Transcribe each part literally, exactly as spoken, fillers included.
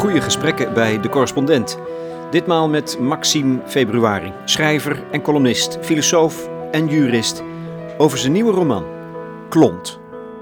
Goede gesprekken bij De Correspondent. Ditmaal met Maxime Februari, schrijver en columnist, filosoof en jurist, over zijn nieuwe roman, Klont.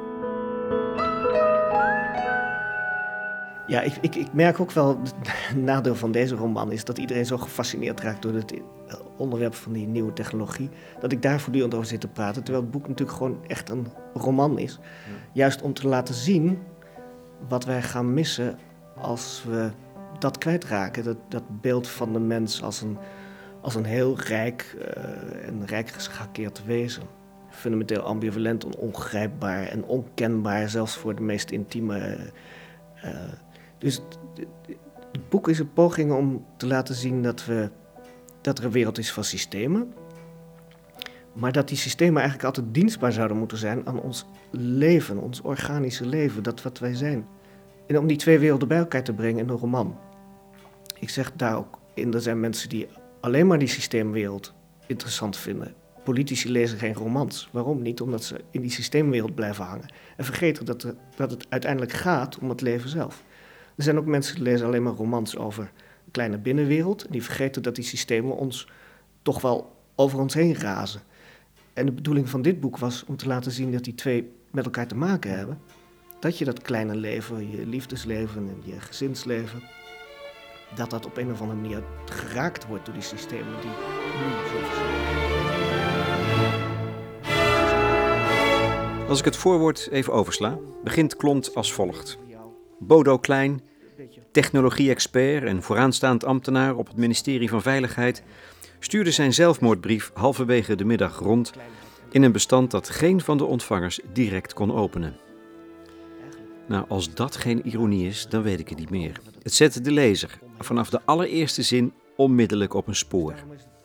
Ja, ik, ik, ik merk ook wel, het nadeel van deze roman is dat iedereen zo gefascineerd raakt door het onderwerp van die nieuwe technologie, dat ik daar voortdurend over zit te praten, terwijl het boek natuurlijk gewoon echt een roman is. Ja. Juist om te laten zien wat wij gaan missen als we dat kwijtraken. Dat, dat beeld van de mens als een, als een heel rijk uh, en rijk geschakeerd wezen. Fundamenteel ambivalent en ongrijpbaar en onkenbaar, zelfs voor de meest intieme. Uh, dus het, het boek is een poging om te laten zien dat, we, dat er een wereld is van systemen, maar dat die systemen eigenlijk altijd dienstbaar zouden moeten zijn aan ons leven, ons organische leven, dat wat wij zijn. En om die twee werelden bij elkaar te brengen in een roman. Ik zeg daar ook in, er zijn mensen die alleen maar die systeemwereld interessant vinden. Politici lezen geen romans. Waarom niet? Omdat ze in die systeemwereld blijven hangen. En vergeten dat, er, dat het uiteindelijk gaat om het leven zelf. Er zijn ook mensen die lezen alleen maar romans over een kleine binnenwereld. En die vergeten dat die systemen ons toch wel over ons heen razen. En de bedoeling van dit boek was om te laten zien dat die twee met elkaar te maken hebben. Dat je dat kleine leven, je liefdesleven en je gezinsleven, dat dat op een of andere manier geraakt wordt door die systemen die nu zo verschillend. Als ik het voorwoord even oversla, begint Klont als volgt. Bodo Klein, technologie-expert en vooraanstaand ambtenaar op het ministerie van Veiligheid, stuurde zijn zelfmoordbrief halverwege de middag rond in een bestand dat geen van de ontvangers direct kon openen. Nou, als dat geen ironie is, dan weet ik het niet meer. Het zet de lezer vanaf de allereerste zin onmiddellijk op een spoor.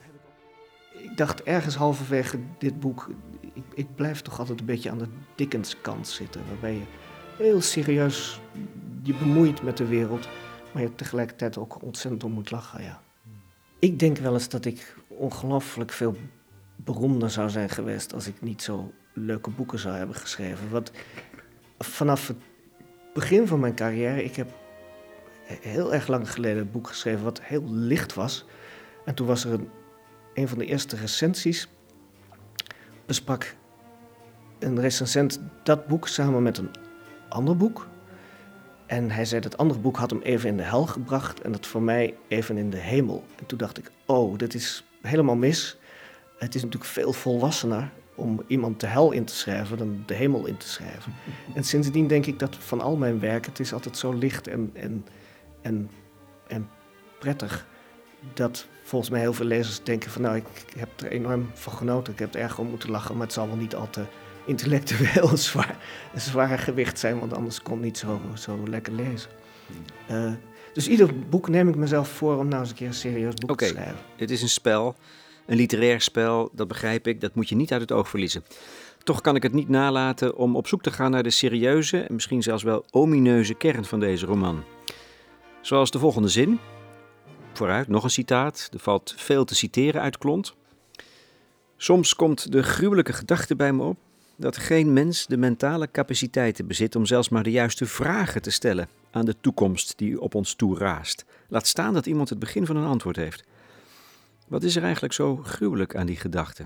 Ik dacht ergens halverwege dit boek, ik, ik blijf toch altijd een beetje aan de Dickens-kant zitten, waarbij je heel serieus je bemoeit met de wereld, maar je tegelijkertijd ook ontzettend om moet lachen, ja. Ik denk wel eens dat ik ongelooflijk veel beroemder zou zijn geweest als ik niet zo leuke boeken zou hebben geschreven. Want vanaf het begin van mijn carrière, ik heb heel erg lang geleden een boek geschreven wat heel licht was. En toen was er een, een van de eerste recensies, besprak een recensent dat boek samen met een ander boek. En hij zei dat andere boek had hem even in de hel gebracht en dat voor mij even in de hemel. En toen dacht ik, oh, dit is helemaal mis. Het is natuurlijk veel volwassener om iemand de hel in te schrijven dan de hemel in te schrijven. En sindsdien denk ik dat van al mijn werk, het is altijd zo licht en, en, en, en prettig, dat volgens mij heel veel lezers denken van nou, ik heb er enorm van genoten, ik heb er erg om moeten lachen, maar het zal wel niet al te intellectueel zwaar, een zwaar gewicht zijn, want anders kon ik niet zo, zo lekker lezen. Uh, dus ieder boek neem ik mezelf voor om nou eens een keer een serieus boek okay, te schrijven. Het is een spel, een literair spel, dat begrijp ik, dat moet je niet uit het oog verliezen. Toch kan ik het niet nalaten om op zoek te gaan naar de serieuze en misschien zelfs wel omineuze kern van deze roman. Zoals de volgende zin. Vooruit, nog een citaat. Er valt veel te citeren uit Klont. Soms komt de gruwelijke gedachte bij me op dat geen mens de mentale capaciteiten bezit om zelfs maar de juiste vragen te stellen aan de toekomst die op ons toe raast. Laat staan dat iemand het begin van een antwoord heeft. Wat is er eigenlijk zo gruwelijk aan die gedachte?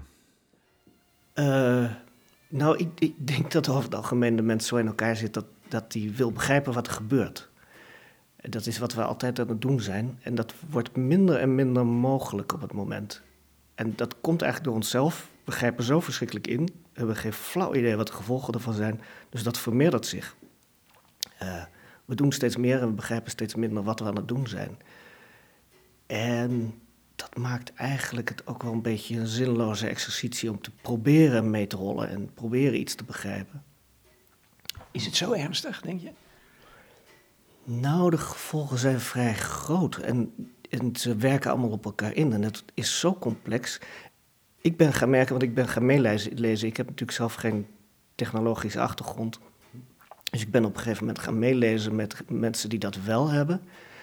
Uh, nou, ik, ik denk dat over het algemeen de mens zo in elkaar zit dat, dat die wil begrijpen wat er gebeurt. Dat is wat we altijd aan het doen zijn. En dat wordt minder en minder mogelijk op het moment. En dat komt eigenlijk door onszelf. We grijpen zo verschrikkelijk in. We hebben geen flauw idee wat de gevolgen ervan zijn. Dus dat vermeerdert zich. Uh, we doen steeds meer en we begrijpen steeds minder wat we aan het doen zijn. En dat maakt eigenlijk het ook wel een beetje een zinloze exercitie om te proberen mee te rollen en proberen iets te begrijpen. Is het zo ernstig, denk je? Nou, de gevolgen zijn vrij groot en, en ze werken allemaal op elkaar in. En het is zo complex. Ik ben gaan merken, want ik ben gaan meelezen. Ik heb natuurlijk zelf geen technologische achtergrond. Dus ik ben op een gegeven moment gaan meelezen met mensen die dat wel hebben.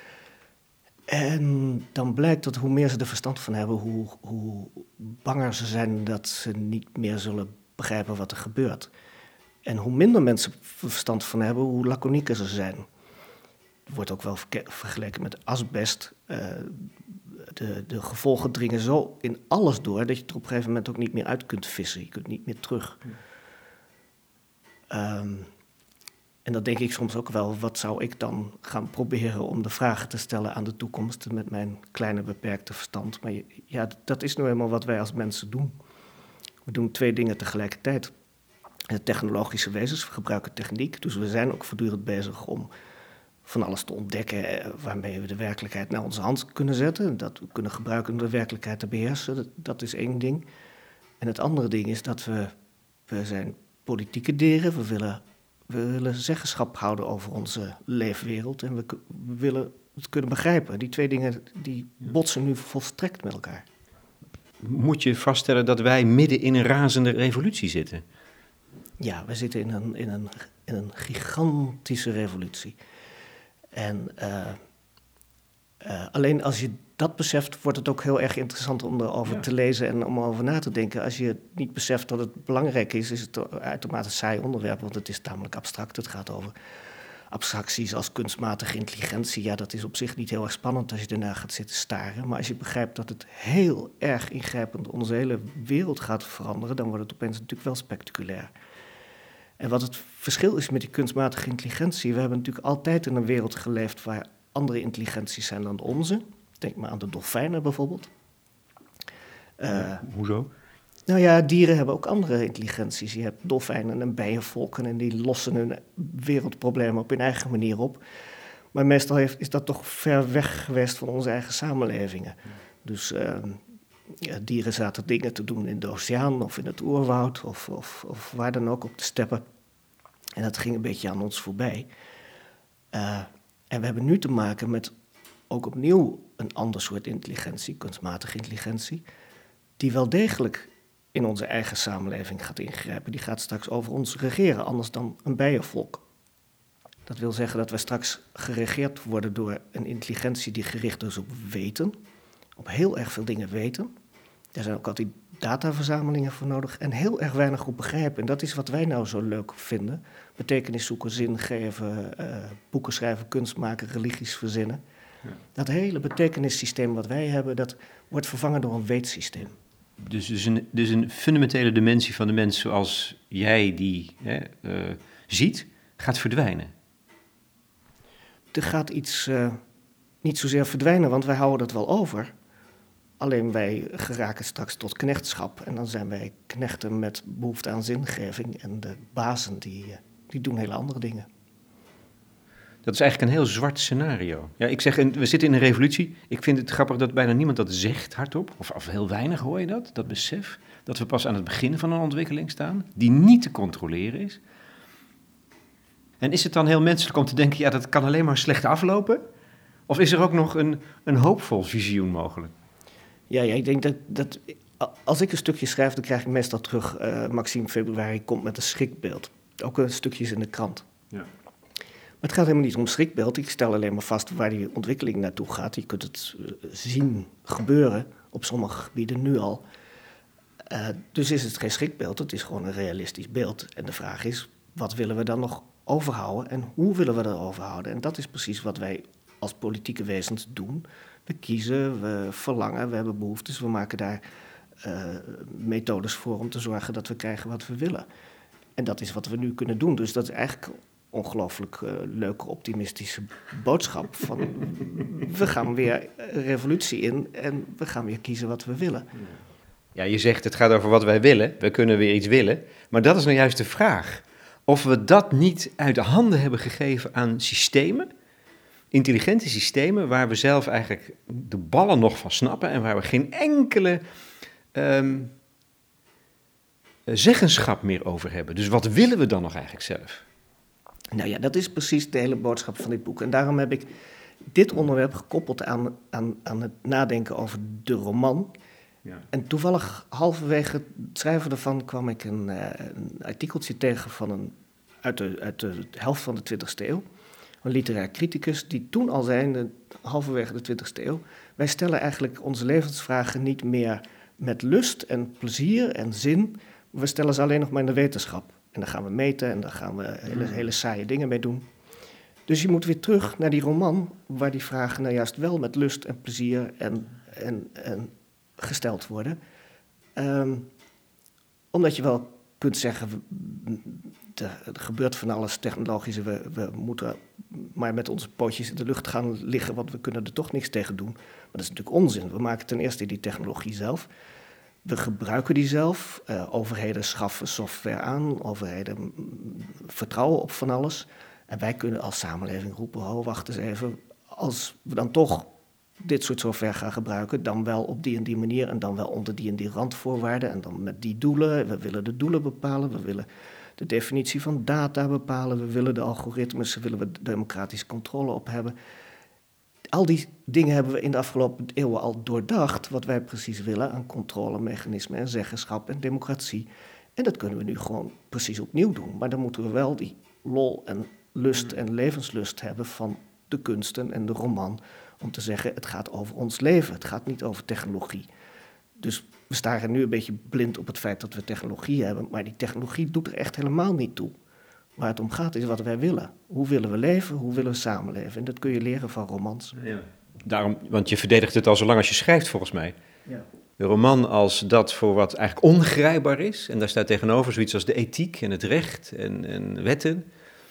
En dan blijkt dat hoe meer ze er verstand van hebben, hoe, hoe banger ze zijn dat ze niet meer zullen begrijpen wat er gebeurt. En hoe minder mensen verstand van hebben, hoe laconieker ze zijn. wordt ook wel verke- vergeleken met asbest. Uh, de, de gevolgen dringen zo in alles door dat je er op een gegeven moment ook niet meer uit kunt vissen. Je kunt niet meer terug. Um, en dan denk ik soms ook wel, wat zou ik dan gaan proberen om de vragen te stellen aan de toekomst met mijn kleine beperkte verstand. Maar ja, dat is nou eenmaal wat wij als mensen doen. We doen twee dingen tegelijkertijd. De technologische wezens, we gebruiken techniek, dus we zijn ook voortdurend bezig om van alles te ontdekken waarmee we de werkelijkheid naar onze hand kunnen zetten. Dat we kunnen gebruiken om de werkelijkheid te beheersen, dat, dat is één ding. En het andere ding is dat we, we zijn politieke dieren, we willen, we willen zeggenschap houden over onze leefwereld en we, we willen het kunnen begrijpen. Die twee dingen die botsen nu volstrekt met elkaar. Moet je vaststellen dat wij midden in een razende revolutie zitten? Ja, we zitten in een, in een, in een gigantische revolutie. En uh, uh, alleen als je dat beseft, wordt het ook heel erg interessant om erover ja. te lezen en om erover na te denken. Als je niet beseft dat het belangrijk is, is het uitermate een saai onderwerp, want het is tamelijk abstract. Het gaat over abstracties als kunstmatige intelligentie. Ja, dat is op zich niet heel erg spannend als je ernaar gaat zitten staren. Maar als je begrijpt dat het heel erg ingrijpend onze hele wereld gaat veranderen, dan wordt het opeens natuurlijk wel spectaculair. En wat het verschil is met die kunstmatige intelligentie, we hebben natuurlijk altijd in een wereld geleefd waar andere intelligenties zijn dan de onze. Denk maar aan de dolfijnen bijvoorbeeld. Uh, Hoezo? Nou ja, dieren hebben ook andere intelligenties. Je hebt dolfijnen en bijenvolken en die lossen hun wereldproblemen op hun eigen manier op. Maar meestal heeft, is dat toch ver weg geweest van onze eigen samenlevingen. Dus uh, ja, dieren zaten dingen te doen in de oceaan of in het oerwoud of, of, of waar dan ook op de steppen. En dat ging een beetje aan ons voorbij. Uh, en we hebben nu te maken met ook opnieuw een ander soort intelligentie, kunstmatige intelligentie, die wel degelijk in onze eigen samenleving gaat ingrijpen. Die gaat straks over ons regeren, anders dan een bijenvolk. Dat wil zeggen dat we straks geregeerd worden door een intelligentie die gericht is op weten, op heel erg veel dingen weten. Daar zijn ook altijd dataverzamelingen voor nodig en heel erg weinig op begrijpen. En dat is wat wij nou zo leuk vinden. Betekenis zoeken, zin geven, uh, boeken schrijven, kunst maken, religies verzinnen. Ja. Dat hele betekenissysteem wat wij hebben, dat wordt vervangen door een weetsysteem. Dus, dus, een, dus een fundamentele dimensie van de mens zoals jij die hè, uh, ziet, gaat verdwijnen? Er gaat iets uh, niet zozeer verdwijnen, want wij houden dat wel over. Alleen wij geraken straks tot knechtschap en dan zijn wij knechten met behoefte aan zingeving. En de bazen die, uh, die doen hele andere dingen. Dat is eigenlijk een heel zwart scenario. Ja, ik zeg, we zitten in een revolutie. Ik vind het grappig dat bijna niemand dat zegt hardop. Of, of heel weinig hoor je dat, dat besef. Dat we pas aan het begin van een ontwikkeling staan, die niet te controleren is. En is het dan heel menselijk om te denken, ja, dat kan alleen maar slecht aflopen? Of is er ook nog een, een hoopvol visioen mogelijk? Ja, ja, ik denk dat, dat als ik een stukje schrijf, dan krijg ik meestal terug, uh, Maxime Februari komt met een schrikbeeld. Ook een stukjes in de krant. Ja. Maar het gaat helemaal niet om schrikbeeld. Ik stel alleen maar vast waar die ontwikkeling naartoe gaat. Je kunt het uh, zien gebeuren op sommige gebieden nu al. Uh, dus is het geen schrikbeeld, het is gewoon een realistisch beeld. En de vraag is, wat willen we dan nog overhouden en hoe willen we dat overhouden? En dat is precies wat wij als politieke wezens doen. We kiezen, we verlangen, we hebben behoeftes, we maken daar uh, methodes voor om te zorgen dat we krijgen wat we willen. En dat is wat we nu kunnen doen. Dus dat is eigenlijk ongelooflijk uh, leuke, optimistische boodschap van we gaan weer revolutie in en we gaan weer kiezen wat we willen. Ja, je zegt het gaat over wat wij willen, we kunnen weer iets willen, maar dat is nou juist de vraag. Of we dat niet uit de handen hebben gegeven aan systemen, intelligente systemen, waar we zelf eigenlijk de ballen nog van snappen en waar we geen enkele um, zeggenschap meer over hebben. Dus wat willen we dan nog eigenlijk zelf? Nou ja, dat is precies de hele boodschap van dit boek. En daarom heb ik dit onderwerp gekoppeld aan, aan, aan het nadenken over de roman. Ja. En toevallig halverwege het schrijven ervan kwam ik een, uh, een artikeltje tegen van een, uit, de, uit de helft van de twintigste eeuw. Een literair criticus die toen al zei, de, halverwege de twintigste eeuw, wij stellen eigenlijk onze levensvragen niet meer met lust en plezier en zin. We stellen ze alleen nog maar in de wetenschap. En dan gaan we meten en dan gaan we hele, hele saaie dingen mee doen. Dus je moet weer terug naar die roman, waar die vragen nou juist wel met lust en plezier en, en, en gesteld worden. Um, omdat je wel kunt zeggen, de, er gebeurt van alles technologisch, we, we moeten maar met onze pootjes in de lucht gaan liggen, want we kunnen er toch niks tegen doen. Maar dat is natuurlijk onzin. We maken ten eerste die technologie zelf. We gebruiken die zelf. Uh, overheden schaffen software aan. Overheden vertrouwen op van alles. En wij kunnen als samenleving roepen, oh, wacht eens even. Als we dan toch dit soort software gaan gebruiken, dan wel op die en die manier en dan wel onder die en die randvoorwaarden en dan met die doelen. We willen de doelen bepalen, we willen de definitie van data bepalen, we willen de algoritmes, daar willen we democratische controle op hebben. Al die dingen hebben we in de afgelopen eeuwen al doordacht, wat wij precies willen aan controlemechanismen en zeggenschap en democratie. En dat kunnen we nu gewoon precies opnieuw doen. Maar dan moeten we wel die lol en lust en levenslust hebben van de kunsten en de roman, om te zeggen, het gaat over ons leven, het gaat niet over technologie. Dus we staren nu een beetje blind op het feit dat we technologie hebben, maar die technologie doet er echt helemaal niet toe. Waar het om gaat is wat wij willen. Hoe willen we leven, hoe willen we samenleven? En dat kun je leren van romans. Ja. Daarom, want je verdedigt het al zo lang als je schrijft, volgens mij. Ja. De roman als dat voor wat eigenlijk ongrijpbaar is, en daar staat tegenover zoiets als de ethiek en het recht en, en wetten,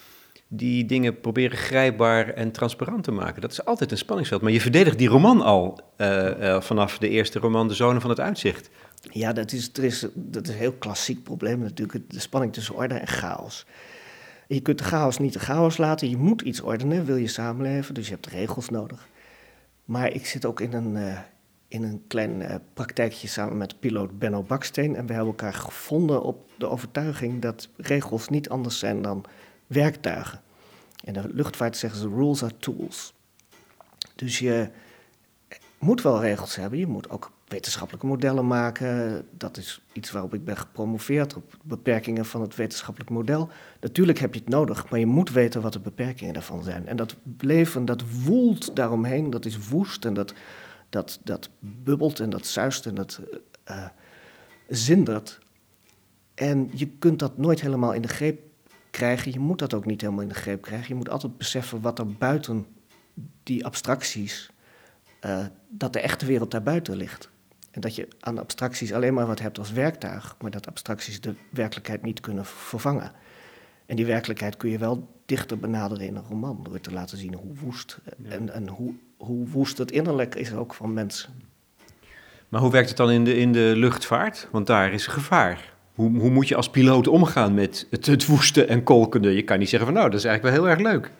die dingen proberen grijpbaar en transparant te maken. Dat is altijd een spanningsveld. Maar je verdedigt die roman al uh, uh, vanaf de eerste roman, De Zonen van het Uitzicht. Ja, dat is, er is, dat is een heel klassiek probleem natuurlijk, de spanning tussen orde en chaos. Je kunt de chaos niet de chaos laten, je moet iets ordenen, wil je samenleven, dus je hebt regels nodig. Maar ik zit ook in een, uh, in een klein uh, praktijkje samen met piloot Benno Baksteen en we hebben elkaar gevonden op de overtuiging dat regels niet anders zijn dan werktuigen. In de luchtvaart zeggen ze rules are tools. Dus je moet wel regels hebben, je moet ook wetenschappelijke modellen maken. Dat is iets waarop ik ben gepromoveerd, op beperkingen van het wetenschappelijk model. Natuurlijk heb je het nodig, maar je moet weten wat de beperkingen daarvan zijn. En dat leven, dat woelt daaromheen, dat is woest en dat, dat, dat bubbelt en dat zuist en dat uh, zindert. En je kunt dat nooit helemaal in de greep krijgen. Je moet dat ook niet helemaal in de greep krijgen. Je moet altijd beseffen wat er buiten die abstracties, uh, dat de echte wereld daarbuiten ligt. En dat je aan abstracties alleen maar wat hebt als werktuig, maar dat abstracties de werkelijkheid niet kunnen vervangen. En die werkelijkheid kun je wel dichter benaderen in een roman, door te laten zien hoe woest ja. en, en hoe, hoe woest het innerlijk is ook van mensen. Maar hoe werkt het dan in de, in de luchtvaart? Want daar is gevaar. Hoe, hoe moet je als piloot omgaan met het, het woeste en kolkende? Je kan niet zeggen van nou, dat is eigenlijk wel heel erg leuk.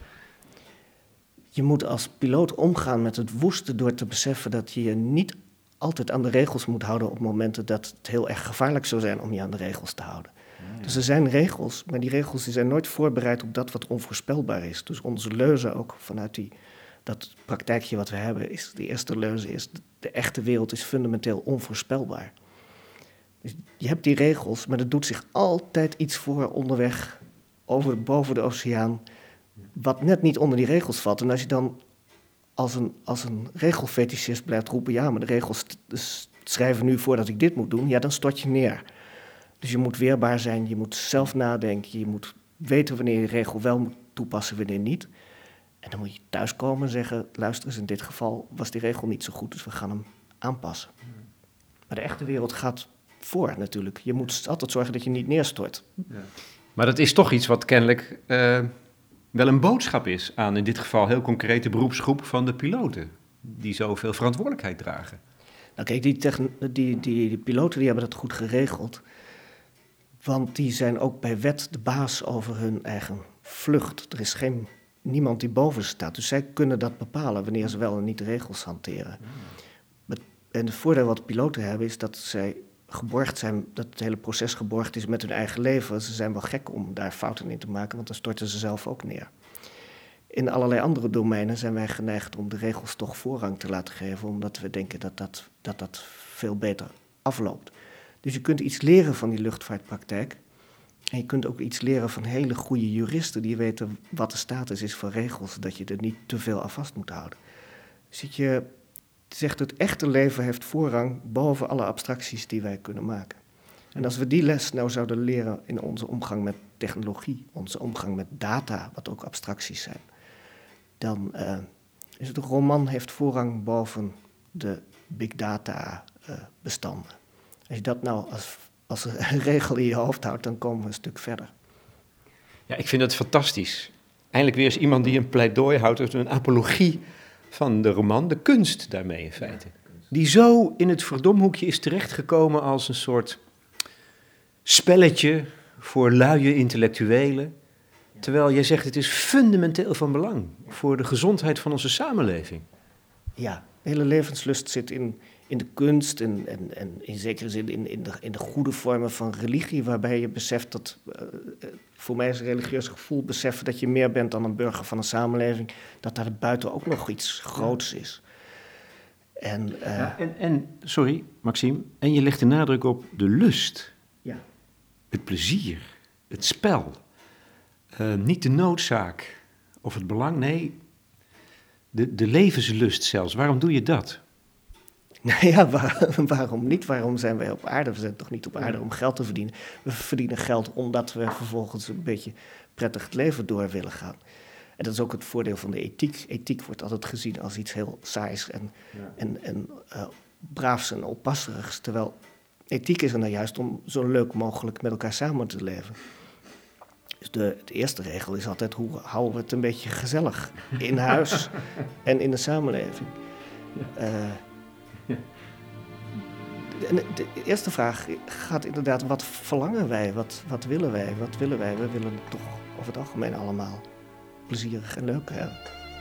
Je moet als piloot omgaan met het woeste door te beseffen dat je je niet altijd aan de regels moet houden op momenten dat het heel erg gevaarlijk zou zijn om je aan de regels te houden. Ja, ja. Dus er zijn regels, maar die regels die zijn nooit voorbereid op dat wat onvoorspelbaar is. Dus onze leuze ook vanuit die, dat praktijkje wat we hebben, is de eerste leuze is, de, de echte wereld is fundamenteel onvoorspelbaar. Dus je hebt die regels, maar er doet zich altijd iets voor onderweg, over, boven de oceaan, wat net niet onder die regels valt. En als je dan als een, als een regelfetischist blijft roepen, ja, maar de regels dus schrijven nu voor dat ik dit moet doen, ja, dan stort je neer. Dus je moet weerbaar zijn, je moet zelf nadenken, je moet weten wanneer je de regel wel moet toepassen, wanneer niet. En dan moet je thuiskomen en zeggen, luister eens, in dit geval was die regel niet zo goed, dus we gaan hem aanpassen. Maar de echte wereld gaat voor natuurlijk. Je moet altijd zorgen dat je niet neerstort. Ja. Maar dat is toch iets wat kennelijk uh, wel een boodschap is aan in dit geval heel concrete beroepsgroep van de piloten, die zoveel verantwoordelijkheid dragen. Nou kijk, die, techn- die, die, die piloten die hebben dat goed geregeld, want die zijn ook bij wet de baas over hun eigen vlucht. Er is geen, niemand die boven ze staat, dus zij kunnen dat bepalen wanneer ze wel en niet de regels hanteren. Ja. En het voordeel wat de piloten hebben is dat zij geborgd zijn, dat het hele proces geborgd is met hun eigen leven. Ze zijn wel gek om daar fouten in te maken, want dan storten ze zelf ook neer. In allerlei andere domeinen zijn wij geneigd om de regels toch voorrang te laten geven, omdat we denken dat dat, dat, dat veel beter afloopt. Dus je kunt iets leren van die luchtvaartpraktijk. En je kunt ook iets leren van hele goede juristen die weten wat de status is van regels, dat je er niet te veel aan vast moet houden. Dus je zegt het echte leven heeft voorrang boven alle abstracties die wij kunnen maken. En als we die les nou zouden leren in onze omgang met technologie, onze omgang met data, wat ook abstracties zijn, dan uh, is het een roman heeft voorrang boven de big data uh, bestanden. Als je dat nou als, als een regel in je hoofd houdt, dan komen we een stuk verder. Ja, ik vind dat fantastisch. Eindelijk weer eens iemand die een pleidooi houdt, dus een apologie van de roman, de kunst daarmee in feite. Die zo in het verdomhoekje is terechtgekomen als een soort spelletje voor luie intellectuelen. Terwijl jij zegt, het is fundamenteel van belang voor de gezondheid van onze samenleving. Ja, de hele levenslust zit in, in de kunst en, en, en in zekere zin in, in, de, in de goede vormen van religie, waarbij je beseft dat, uh, voor mij is een religieus gevoel, beseffen dat je meer bent dan een burger van een samenleving, dat daar buiten ook nog iets groots is. En, uh, ja, en, en, sorry Maxime, en je legt de nadruk op de lust, ja. het plezier, het spel. Uh, niet de noodzaak of het belang, nee, de, de levenslust zelfs. Waarom doe je dat? Nou ja, waar, waarom niet? Waarom zijn wij op aarde? We zijn toch niet op aarde om geld te verdienen? We verdienen geld omdat we vervolgens een beetje prettig het leven door willen gaan. En dat is ook het voordeel van de ethiek. Ethiek wordt altijd gezien als iets heel saais en, ja. en, en uh, braafs en oppasserigs. Terwijl ethiek is er nou juist om zo leuk mogelijk met elkaar samen te leven. Dus de, de eerste regel is altijd, hoe houden we het een beetje gezellig in huis en in de samenleving? Uh, de, de eerste vraag gaat inderdaad, wat verlangen wij? Wat, wat willen wij? Wat willen wij? We willen toch over het algemeen allemaal plezierig en leuk hebben.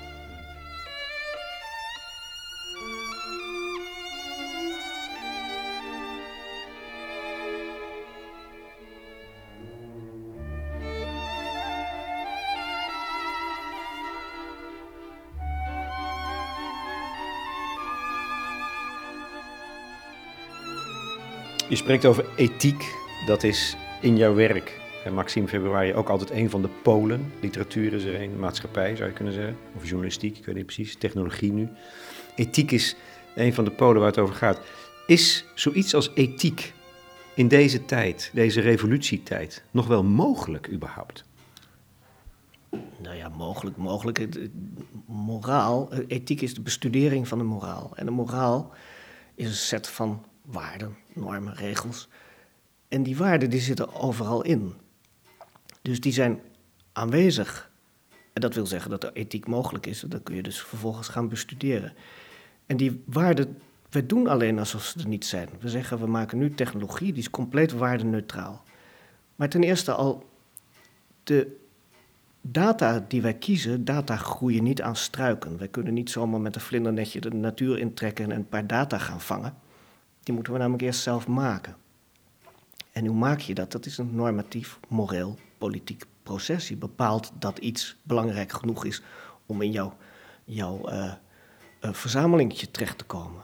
Je spreekt over ethiek, dat is in jouw werk, Maxime Februari, ook altijd een van de polen. Literatuur is er een, maatschappij zou je kunnen zeggen, of journalistiek, ik weet niet precies, technologie nu. Ethiek is een van de polen waar het over gaat. Is zoiets als ethiek in deze tijd, deze revolutietijd, nog wel mogelijk überhaupt? Nou ja, mogelijk, mogelijk. Moraal, ethiek is de bestudering van de moraal. En de moraal is een set van waarden, normen, regels. En die waarden die zitten overal in. Dus die zijn aanwezig. En dat wil zeggen dat er ethiek mogelijk is. Dat kun je dus vervolgens gaan bestuderen. En die waarden, we doen alleen alsof ze er niet zijn. We zeggen, we maken nu technologie, die is compleet waardeneutraal. Maar ten eerste al, de data die wij kiezen, data groeien niet aan struiken. Wij kunnen niet zomaar met een vlindernetje de natuur intrekken en een paar data gaan vangen. Die moeten we namelijk eerst zelf maken. En hoe maak je dat? Dat is een normatief, moreel, politiek proces. Je bepaalt dat iets belangrijk genoeg is om in jouw, jouw uh, uh, verzamelingetje terecht te komen.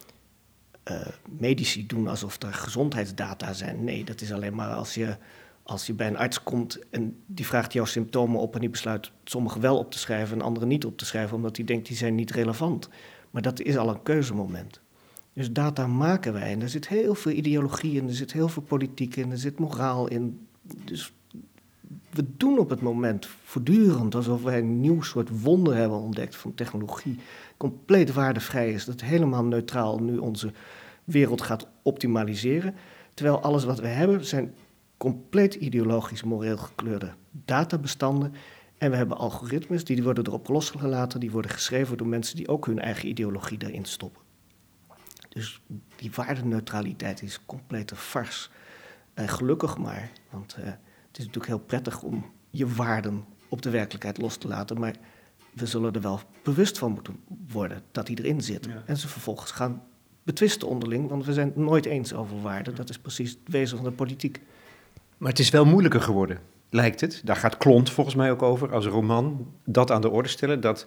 Uh, medici doen alsof er gezondheidsdata zijn. Nee, dat is alleen maar als je, als je bij een arts komt en die vraagt jouw symptomen op en die besluit sommige wel op te schrijven en andere niet op te schrijven, omdat hij denkt die zijn niet relevant. Maar dat is al een keuzemoment. Dus data maken wij en er zit heel veel ideologie in, er zit heel veel politiek in, er zit moraal in. Dus we doen op het moment voortdurend alsof wij een nieuw soort wonder hebben ontdekt van technologie. Compleet waardevrij is, dat helemaal neutraal nu onze wereld gaat optimaliseren. Terwijl alles wat we hebben zijn compleet ideologisch, moreel gekleurde databestanden. En we hebben algoritmes, die worden erop losgelaten, die worden geschreven door mensen die ook hun eigen ideologie daarin stoppen. Dus die waardeneutraliteit is complete farce. Uh, gelukkig maar, want uh, het is natuurlijk heel prettig om je waarden op de werkelijkheid los te laten, maar we zullen er wel bewust van moeten worden dat die erin zit. Ja. En ze vervolgens gaan betwisten onderling, want we zijn het nooit eens over waarden. Dat is precies het wezen van de politiek. Maar het is wel moeilijker geworden, lijkt het. Daar gaat Klont volgens mij ook over, als roman, dat aan de orde stellen, dat...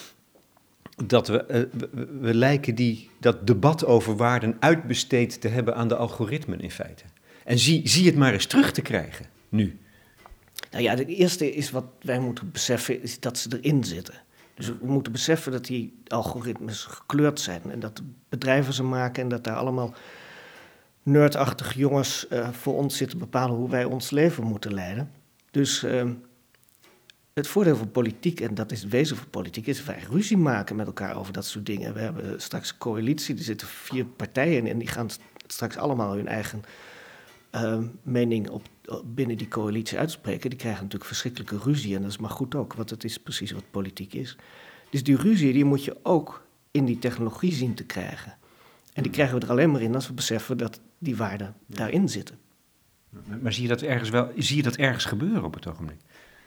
dat we, uh, we, we lijken die, dat debat over waarden uitbesteed te hebben aan de algoritmen in feite. En zie, zie het maar eens terug te krijgen, nu. Nou ja, het eerste is wat wij moeten beseffen, is dat ze erin zitten. Dus we moeten beseffen dat die algoritmes gekleurd zijn en dat bedrijven ze maken en dat daar allemaal nerdachtige jongens uh, voor ons zitten bepalen hoe wij ons leven moeten leiden. Dus uh, Het voordeel van politiek, en dat is het wezen van politiek, is wij ruzie maken met elkaar over dat soort dingen. We hebben straks een coalitie, er zitten vier partijen in en die gaan straks allemaal hun eigen uh, mening op, binnen die coalitie uitspreken. Die krijgen natuurlijk verschrikkelijke ruzie en dat is maar goed ook, want dat is precies wat politiek is. Dus die ruzie die moet je ook in die technologie zien te krijgen. En die krijgen we er alleen maar in als we beseffen dat die waarden daarin zitten. Maar zie je dat ergens wel, zie je dat ergens gebeuren op het ogenblik?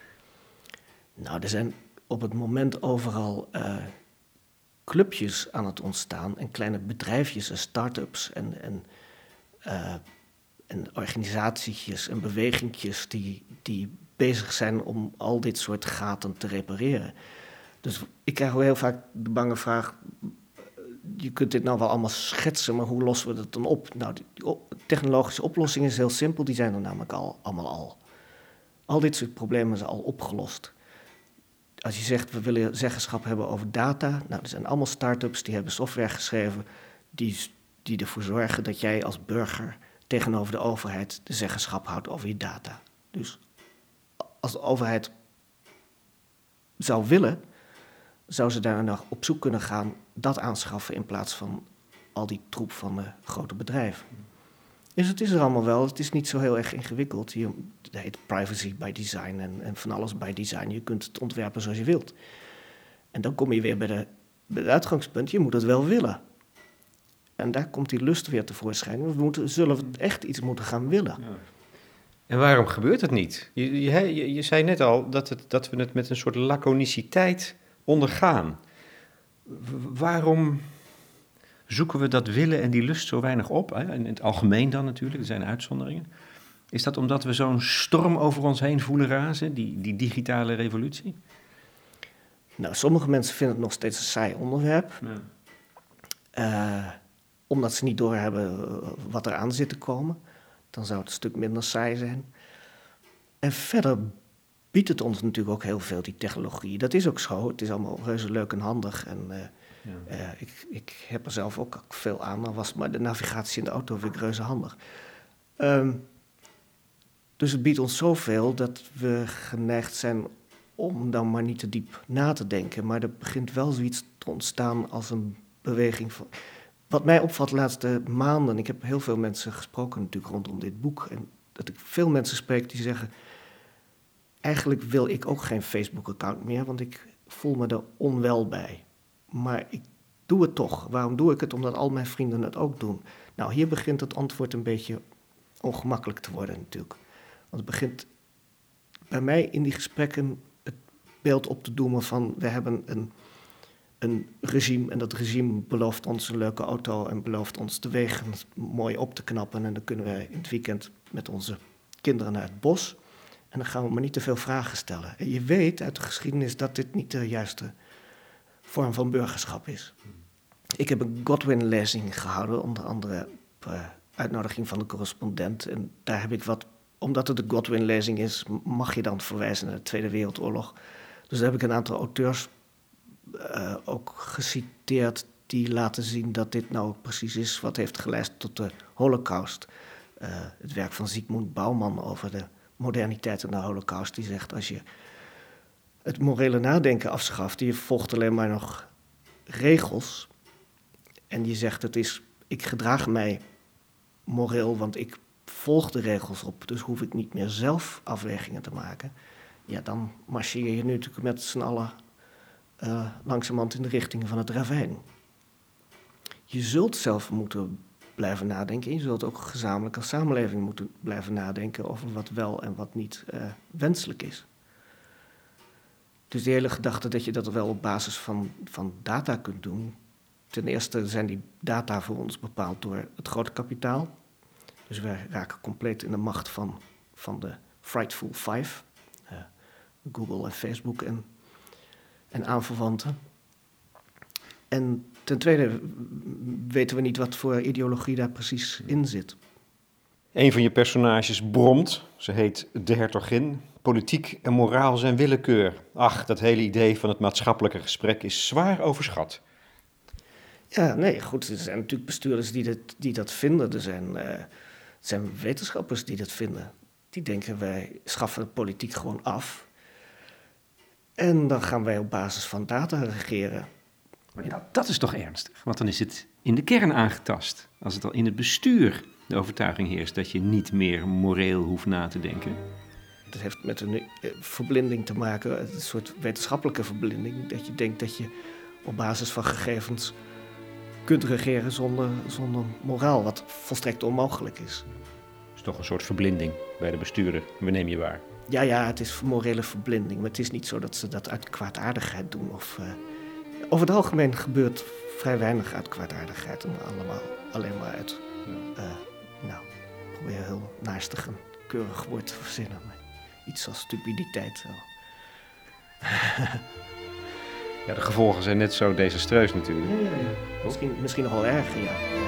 Nou, er zijn op het moment overal uh, clubjes aan het ontstaan en kleine bedrijfjes en start-ups en, en, uh, en organisatietjes en bewegingjes die, die bezig zijn om al dit soort gaten te repareren. Dus ik krijg wel heel vaak de bange vraag, je kunt dit nou wel allemaal schetsen, maar hoe lossen we dat dan op? Nou, die op, technologische oplossing is heel simpel, die zijn er namelijk al, allemaal al. Al dit soort problemen zijn al opgelost. Als je zegt, we willen zeggenschap hebben over data, nou, er zijn allemaal start-ups die hebben software geschreven die, die ervoor zorgen dat jij als burger tegenover de overheid de zeggenschap houdt over je data. Dus als de overheid zou willen, zou ze daar nog op zoek kunnen gaan dat aanschaffen in plaats van al die troep van uh, grote bedrijven. Dus het is er allemaal wel, het is niet zo heel erg ingewikkeld. Je, het heet privacy by design en, en van alles by design. Je kunt het ontwerpen zoals je wilt. En dan kom je weer bij, de, bij het uitgangspunt, je moet het wel willen. En daar komt die lust weer tevoorschijn. We moeten, zullen echt iets moeten gaan willen. Ja. En waarom gebeurt het niet? Je, je, je zei net al dat, het, dat we het met een soort laconiciteit ondergaan. Waarom zoeken we dat willen en die lust zo weinig op? Hè? In het algemeen dan natuurlijk, er zijn uitzonderingen. Is dat omdat we zo'n storm over ons heen voelen razen, die, die digitale revolutie? Nou, sommige mensen vinden het nog steeds een saai onderwerp. Ja. Uh, omdat ze niet doorhebben wat er aan zit te komen. Dan zou het een stuk minder saai zijn. En verder biedt het ons natuurlijk ook heel veel, die technologie. Dat is ook zo. Het is allemaal reuze leuk en handig. En uh, ja. uh, ik, ik heb er zelf ook veel aan. Dan was maar de navigatie in de auto vind ik reuze handig. Um, dus het biedt ons zoveel dat we geneigd zijn om dan maar niet te diep na te denken. Maar er begint wel zoiets te ontstaan als een beweging van... Wat mij opvalt de laatste maanden, ik heb heel veel mensen gesproken natuurlijk rondom dit boek, en dat ik veel mensen spreek die zeggen, eigenlijk wil ik ook geen Facebook-account meer, want ik voel me er onwel bij. Maar ik doe het toch. Waarom doe ik het? Omdat al mijn vrienden het ook doen. Nou, hier begint het antwoord een beetje ongemakkelijk te worden natuurlijk. Want het begint bij mij in die gesprekken het beeld op te doemen van, we hebben een... een regime, en dat regime belooft ons een leuke auto en belooft ons de wegen mooi op te knappen. En dan kunnen wij in het weekend met onze kinderen naar het bos. En dan gaan we maar niet te veel vragen stellen. En je weet uit de geschiedenis dat dit niet de juiste vorm van burgerschap is. Ik heb een Godwin-lezing gehouden, onder andere op uh, uitnodiging van de correspondent. En daar heb ik wat, omdat het een Godwin-lezing is, mag je dan verwijzen naar de Tweede Wereldoorlog. Dus daar heb ik een aantal auteurs Uh, ook geciteerd die laten zien dat dit nou precies is wat heeft geleid tot de Holocaust. Uh, het werk van Zygmunt Bauman over de moderniteit en de Holocaust, die zegt als je het morele nadenken afschaft, je volgt alleen maar nog regels en je zegt het is, ik gedraag mij moreel, want ik volg de regels op, dus hoef ik niet meer zelf afwegingen te maken. Ja, dan marcheer je nu natuurlijk met z'n allen Uh, langzamerhand in de richting van het ravijn. Je zult zelf moeten blijven nadenken. Je zult ook gezamenlijk als samenleving moeten blijven nadenken over wat wel en wat niet uh, wenselijk is. Dus die hele gedachte dat je dat wel op basis van, van data kunt doen. Ten eerste zijn die data voor ons bepaald door het grote kapitaal. Dus wij raken compleet in de macht van, van de Frightful Five. Uh, Google en Facebook en en aanverwanten. En ten tweede weten we niet wat voor ideologie daar precies in zit. Een van je personages bromt, ze heet de hertogin. Politiek en moraal zijn willekeur. Ach, dat hele idee van het maatschappelijke gesprek is zwaar overschat. Ja, nee, goed, er zijn natuurlijk bestuurders die dat, die dat vinden. Er zijn, uh, er zijn wetenschappers die dat vinden. Die denken, wij schaffen de politiek gewoon af. En dan gaan wij op basis van data regeren. Maar ja, dat is toch ernstig, want dan is het in de kern aangetast. Als het al in het bestuur de overtuiging heerst dat je niet meer moreel hoeft na te denken. Dat heeft met een uh, verblinding te maken, een soort wetenschappelijke verblinding. Dat je denkt dat je op basis van gegevens kunt regeren zonder, zonder moraal, wat volstrekt onmogelijk is. Dat is toch een soort verblinding bij de bestuurder. We nemen je waar. Ja, ja, het is morele verblinding, maar het is niet zo dat ze dat uit kwaadaardigheid doen. Of, uh, over het algemeen gebeurt vrij weinig uit kwaadaardigheid en allemaal alleen maar uit, uh, nou, probeer heel naastig een keurig woord te verzinnen, maar iets als stupiditeit. Zo. Ja, de gevolgen zijn net zo desastreus natuurlijk. Ja, ja, ja. Misschien, misschien nog wel erger, ja. ja.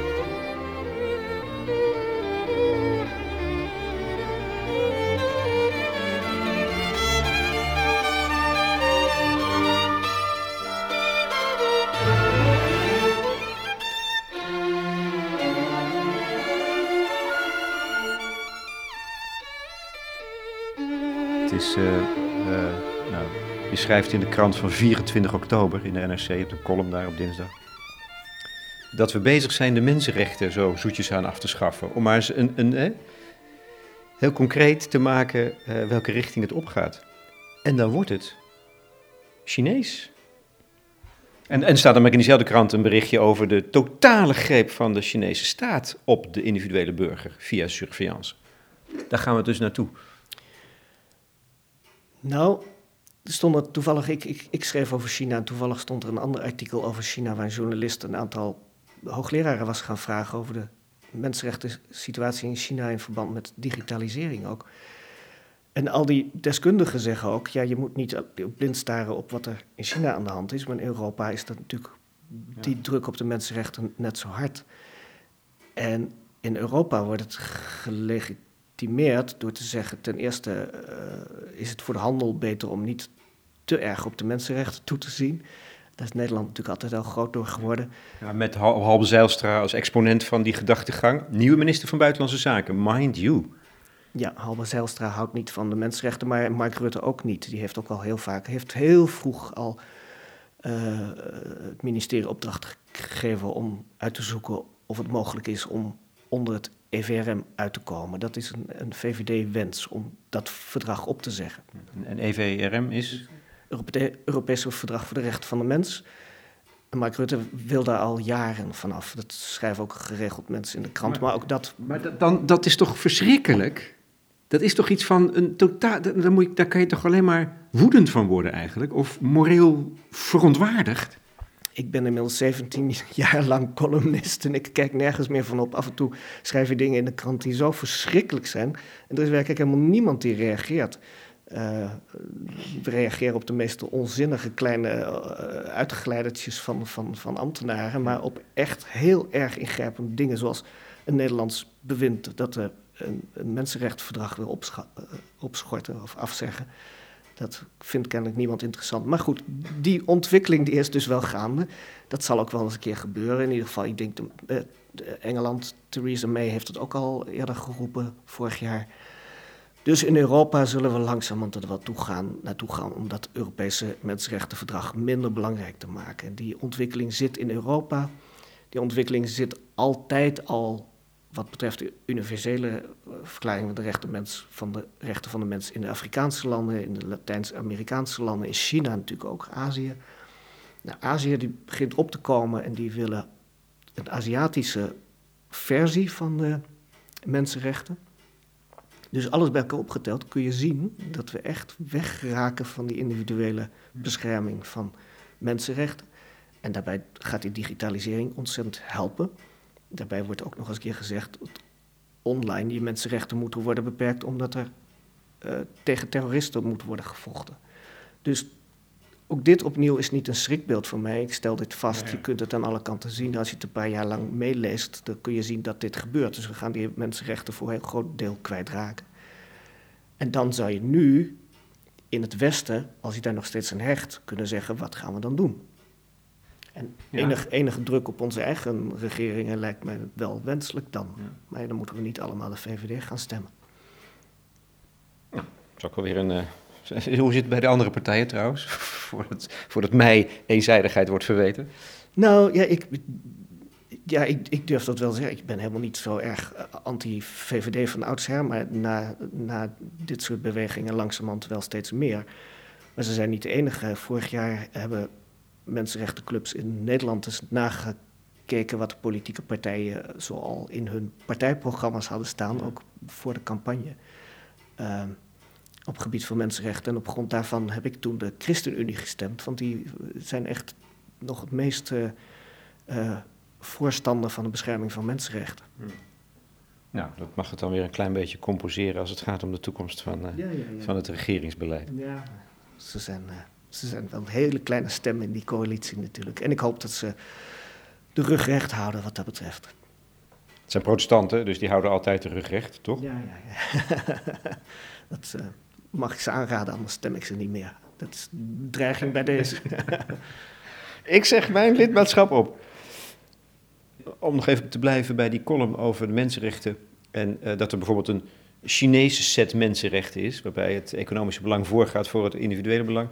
Het is, uh, uh, nou, je schrijft in de krant van vierentwintig oktober in de N R C, je hebt een column daar op dinsdag, dat we bezig zijn de mensenrechten zo zoetjes aan af te schaffen. Om maar eens een, een, eh, heel concreet te maken uh, welke richting het opgaat. En dan wordt het Chinees. En, en staat dan ook in diezelfde krant een berichtje over de totale greep van de Chinese staat op de individuele burger via surveillance. Daar gaan we dus naartoe. Nou, er stond er toevallig, ik, ik, ik schreef over China en toevallig stond er een ander artikel over China waar een journalist een aantal hoogleraren was gaan vragen over de mensenrechten situatie in China in verband met digitalisering ook. En al die deskundigen zeggen ook, ja, je moet niet blind staren op wat er in China aan de hand is, maar in Europa is dat natuurlijk die druk op de mensenrechten net zo hard. En in Europa wordt het gelegitimeerd door te zeggen, ten eerste uh, is het voor de handel beter om niet te erg op de mensenrechten toe te zien. Daar is Nederland natuurlijk altijd al groot door geworden. Ja, met Halbe Zijlstra als exponent van die gedachtegang. Nieuwe minister van Buitenlandse Zaken, mind you. Ja, Halbe Zijlstra houdt niet van de mensenrechten, maar Mark Rutte ook niet. Die heeft ook al heel vaak, heeft heel vroeg al uh, het ministerie opdracht gegeven om uit te zoeken of het mogelijk is om onder het E V R M uit te komen. Dat is een, een V V D-wens om dat verdrag op te zeggen. En E V R M is? Het Europese Verdrag voor de Rechten van de Mens. En Mark Rutte wil daar al jaren vanaf. Dat schrijven ook geregeld mensen in de krant. Maar, maar ook dat... Maar dat, dan, dat is toch verschrikkelijk? Dat is toch iets van een totaal... Daar, moet je, daar kan je toch alleen maar woedend van worden eigenlijk? Of moreel verontwaardigd? Ik ben inmiddels zeventien jaar lang columnist en ik kijk nergens meer van op. Af en toe schrijf je dingen in de krant die zo verschrikkelijk zijn. En er is werkelijk helemaal niemand die reageert. Uh, we reageren op de meest onzinnige kleine uh, uitgeleidertjes van, van, van ambtenaren, maar op echt heel erg ingrijpende dingen, zoals een Nederlands bewind dat uh, een, een mensenrechtenverdrag wil opscha- uh, opschorten of afzeggen. Dat vindt kennelijk niemand interessant. Maar goed, die ontwikkeling die is dus wel gaande. Dat zal ook wel eens een keer gebeuren. In ieder geval, ik denk, de, uh, de Engeland, Theresa May heeft het ook al eerder geroepen, vorig jaar. Dus in Europa zullen we langzamerhand er wat toe gaan, naartoe gaan om dat Europese mensenrechtenverdrag minder belangrijk te maken. En die ontwikkeling zit in Europa. Die ontwikkeling zit altijd al wat betreft de universele verklaring van de rechten, mens, van de rechten van de mens in de Afrikaanse landen, in de Latijns-Amerikaanse landen, in China natuurlijk ook, Azië. Nou, Azië die begint op te komen en die willen een Aziatische versie van de mensenrechten. Dus alles bij elkaar opgeteld kun je zien dat we echt wegraken van die individuele bescherming van mensenrechten. En daarbij gaat die digitalisering ontzettend helpen. Daarbij wordt ook nog eens een keer gezegd dat online die mensenrechten moeten worden beperkt omdat er uh, tegen terroristen moet worden gevochten. Dus ook dit opnieuw is niet een schrikbeeld voor mij. Ik stel dit vast, ja, ja. Je kunt het aan alle kanten zien. Als je het een paar jaar lang meeleest, dan kun je zien dat dit gebeurt. Dus we gaan die mensenrechten voor een heel groot deel kwijtraken. En dan zou je nu in het Westen, als je daar nog steeds aan hecht, kunnen zeggen, wat gaan we dan doen? En ja. enig, enige druk op onze eigen regeringen lijkt mij wel wenselijk dan. Ja. Maar ja, dan moeten we niet allemaal de V V D gaan stemmen. Nou, dat is ook wel weer een uh, Hoe zit het bij de andere partijen trouwens? voordat, voordat mij eenzijdigheid wordt verweten. Nou, ja, ik, ja ik, ik durf dat wel te zeggen. Ik ben helemaal niet zo erg anti-V V D van oudsher, maar na, na dit soort bewegingen langzamerhand wel steeds meer. Maar ze zijn niet de enige. Vorig jaar hebben mensenrechtenclubs in Nederland eens nagekeken wat de politieke partijen zoal in hun partijprogramma's hadden staan, ook voor de campagne. Uh, op het gebied van mensenrechten. En op grond daarvan heb ik toen de ChristenUnie gestemd, want die zijn echt nog het meest uh, uh, voorstander van de bescherming van mensenrechten. Hmm. Nou, dat mag het dan weer een klein beetje composeren als het gaat om de toekomst van, uh, ja, ja, ja. van het regeringsbeleid. Ja, ze zijn, uh, ze zijn wel een hele kleine stem in die coalitie natuurlijk. En ik hoop dat ze de rug recht houden wat dat betreft. Het zijn protestanten, dus die houden altijd de rug recht, toch? Ja, ja, ja. dat uh, mag ik ze aanraden, anders stem ik ze niet meer. Dat is een dreiging bij deze. Ik zeg mijn lidmaatschap op. Om nog even te blijven bij die column over de mensenrechten en uh, dat er bijvoorbeeld een Chinese set mensenrechten is, waarbij het economische belang voorgaat voor het individuele belang.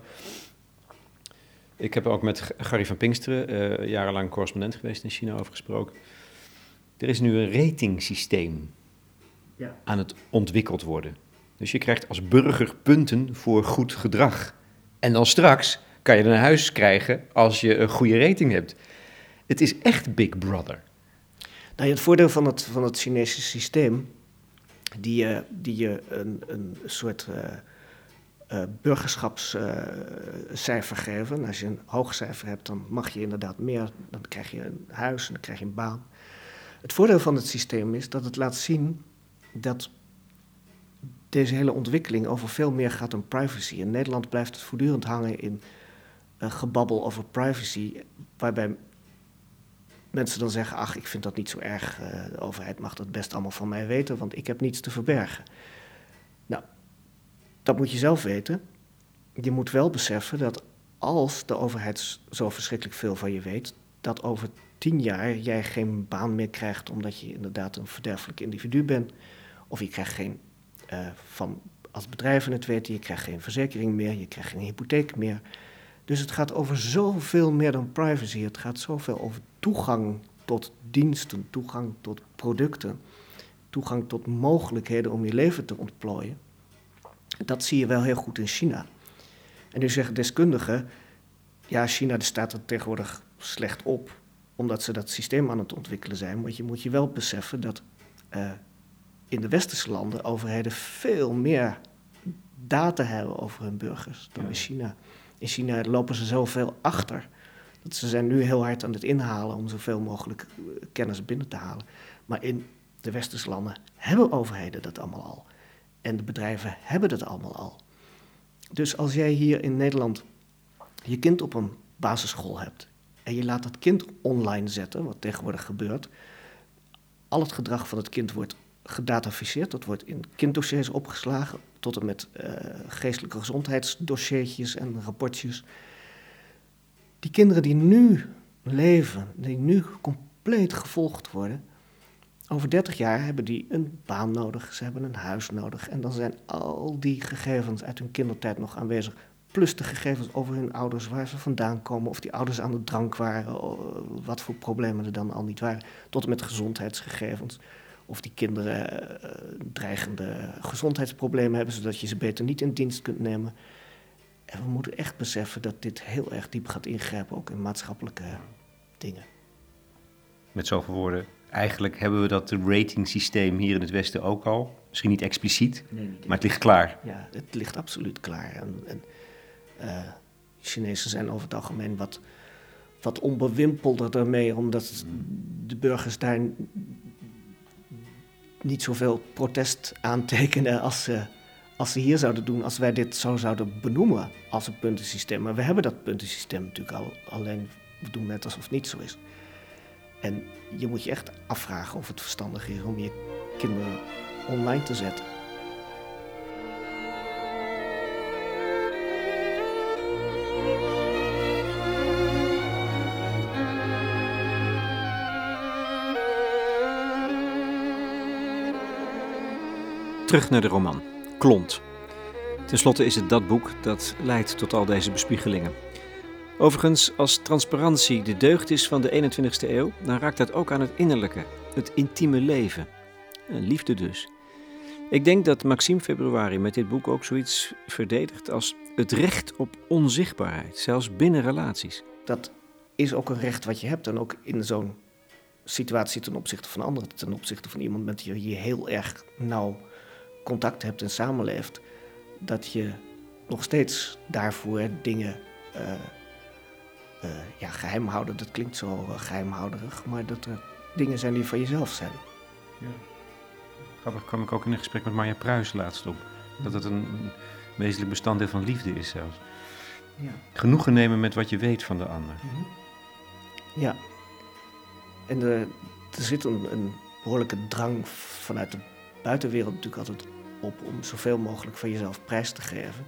Ik heb ook met Gary van Pinksteren, uh, jarenlang correspondent geweest in China, over gesproken. Er is nu een ratingsysteem ja. aan het ontwikkeld worden. Dus je krijgt als burger punten voor goed gedrag. En dan straks kan je een huis krijgen als je een goede rating hebt. Het is echt Big Brother. Nou, het voordeel van het, van het Chinese systeem, die je, die je een, een soort uh, uh, burgerschapscijfer uh, geven. En als je een hoog cijfer hebt, dan mag je inderdaad meer. Dan krijg je een huis en dan krijg je een baan. Het voordeel van het systeem is dat het laat zien dat deze hele ontwikkeling over veel meer gaat dan privacy. In Nederland blijft het voortdurend hangen in uh, gebabbel over privacy, waarbij mensen dan zeggen, ach, ik vind dat niet zo erg, uh, de overheid mag dat best allemaal van mij weten, want ik heb niets te verbergen. Nou, dat moet je zelf weten. Je moet wel beseffen dat als de overheid zo verschrikkelijk veel van je weet, dat over tien jaar jij geen baan meer krijgt omdat je inderdaad een verderfelijk individu bent, of je krijgt geen, uh, van, als bedrijven het weten, je krijgt geen verzekering meer, je krijgt geen hypotheek meer. Dus het gaat over zoveel meer dan privacy. Het gaat zoveel over toegang tot diensten, toegang tot producten, toegang tot mogelijkheden om je leven te ontplooien. Dat zie je wel heel goed in China. En nu zeggen deskundigen, ja, China staat er tegenwoordig slecht op, omdat ze dat systeem aan het ontwikkelen zijn. Want je moet je wel beseffen dat uh, in de westerse landen overheden veel meer data hebben over hun burgers dan in China. In China lopen ze zoveel achter, dat ze zijn nu heel hard aan het inhalen om zoveel mogelijk kennis binnen te halen. Maar in de westerse landen hebben overheden dat allemaal al. En de bedrijven hebben dat allemaal al. Dus als jij hier in Nederland je kind op een basisschool hebt en je laat dat kind online zetten, wat tegenwoordig gebeurt, al het gedrag van het kind wordt gedataficeerd, dat wordt in kinddossiers opgeslagen, tot en met uh, geestelijke gezondheidsdossiertjes en rapportjes. Die kinderen die nu leven, die nu compleet gevolgd worden, over dertig jaar hebben die een baan nodig, ze hebben een huis nodig. En dan zijn al die gegevens uit hun kindertijd nog aanwezig, plus de gegevens over hun ouders, waar ze vandaan komen, of die ouders aan de drank waren, wat voor problemen er dan al niet waren, tot en met gezondheidsgegevens. Of die kinderen uh, dreigende gezondheidsproblemen hebben, zodat je ze beter niet in dienst kunt nemen. En we moeten echt beseffen dat dit heel erg diep gaat ingrijpen, ook in maatschappelijke dingen. Met zoveel woorden, eigenlijk hebben we dat ratingsysteem hier in het Westen ook al. Misschien niet expliciet, nee, niet maar het ligt klaar. Ja, het ligt absoluut klaar. En, en uh, Chinezen zijn over het algemeen wat, wat onbewimpelder daarmee, omdat de burgers daar niet zoveel protest aantekenen als ze, als ze hier zouden doen, als wij dit zo zouden benoemen als een puntensysteem. Maar we hebben dat puntensysteem natuurlijk al, alleen we doen net alsof het niet zo is. En je moet je echt afvragen of het verstandig is om je kinderen online te zetten. Terug naar de roman. Klont. Het Ten slotte is het dat boek dat leidt tot al deze bespiegelingen. Overigens, als transparantie de deugd is van de eenentwintigste eeuw, dan raakt dat ook aan het innerlijke, het intieme leven. En liefde dus. Ik denk dat Maxime Februari met dit boek ook zoiets verdedigt als het recht op onzichtbaarheid, zelfs binnen relaties. Dat is ook een recht wat je hebt en ook in zo'n situatie ten opzichte van anderen, ten opzichte van iemand met wie je heel erg nauw contact hebt en samenleeft, dat je nog steeds daarvoor dingen uh, uh, ja, geheim houden. Dat klinkt zo uh, geheimhouderig, maar dat er dingen zijn die van jezelf zijn. Ja. Grappig kwam ik ook in een gesprek met Marja Pruis laatst op. Dat het een, een wezenlijk bestanddeel van liefde is zelfs. Ja. Genoegen nemen met wat je weet van de ander. Mm-hmm. Ja. En de, er zit een, een behoorlijke drang vanuit de buitenwereld natuurlijk altijd op om zoveel mogelijk van jezelf prijs te geven.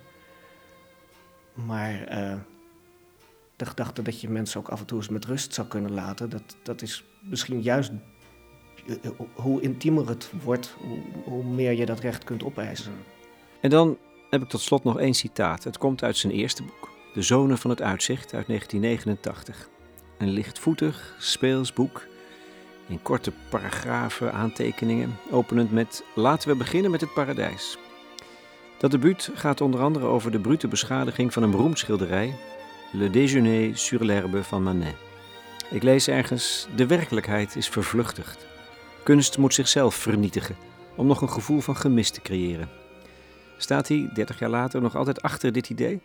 Maar uh, de gedachte dat je mensen ook af en toe eens met rust zou kunnen laten, dat, dat is misschien juist uh, hoe intiemer het wordt, hoe, hoe meer je dat recht kunt opeisen. En dan heb ik tot slot nog één citaat. Het komt uit zijn eerste boek, De Zonen van het Uitzicht uit negentien negenentachtig. Een lichtvoetig, speels boek in korte paragrafen, aantekeningen, openend met laten we beginnen met het paradijs. Dat debuut gaat onder andere over de brute beschadiging van een beroemd schilderij, Le Déjeuner sur l'herbe van Manet. Ik lees ergens, de werkelijkheid is vervluchtigd. Kunst moet zichzelf vernietigen om nog een gevoel van gemis te creëren. Staat hij, dertig jaar later, nog altijd achter dit idee?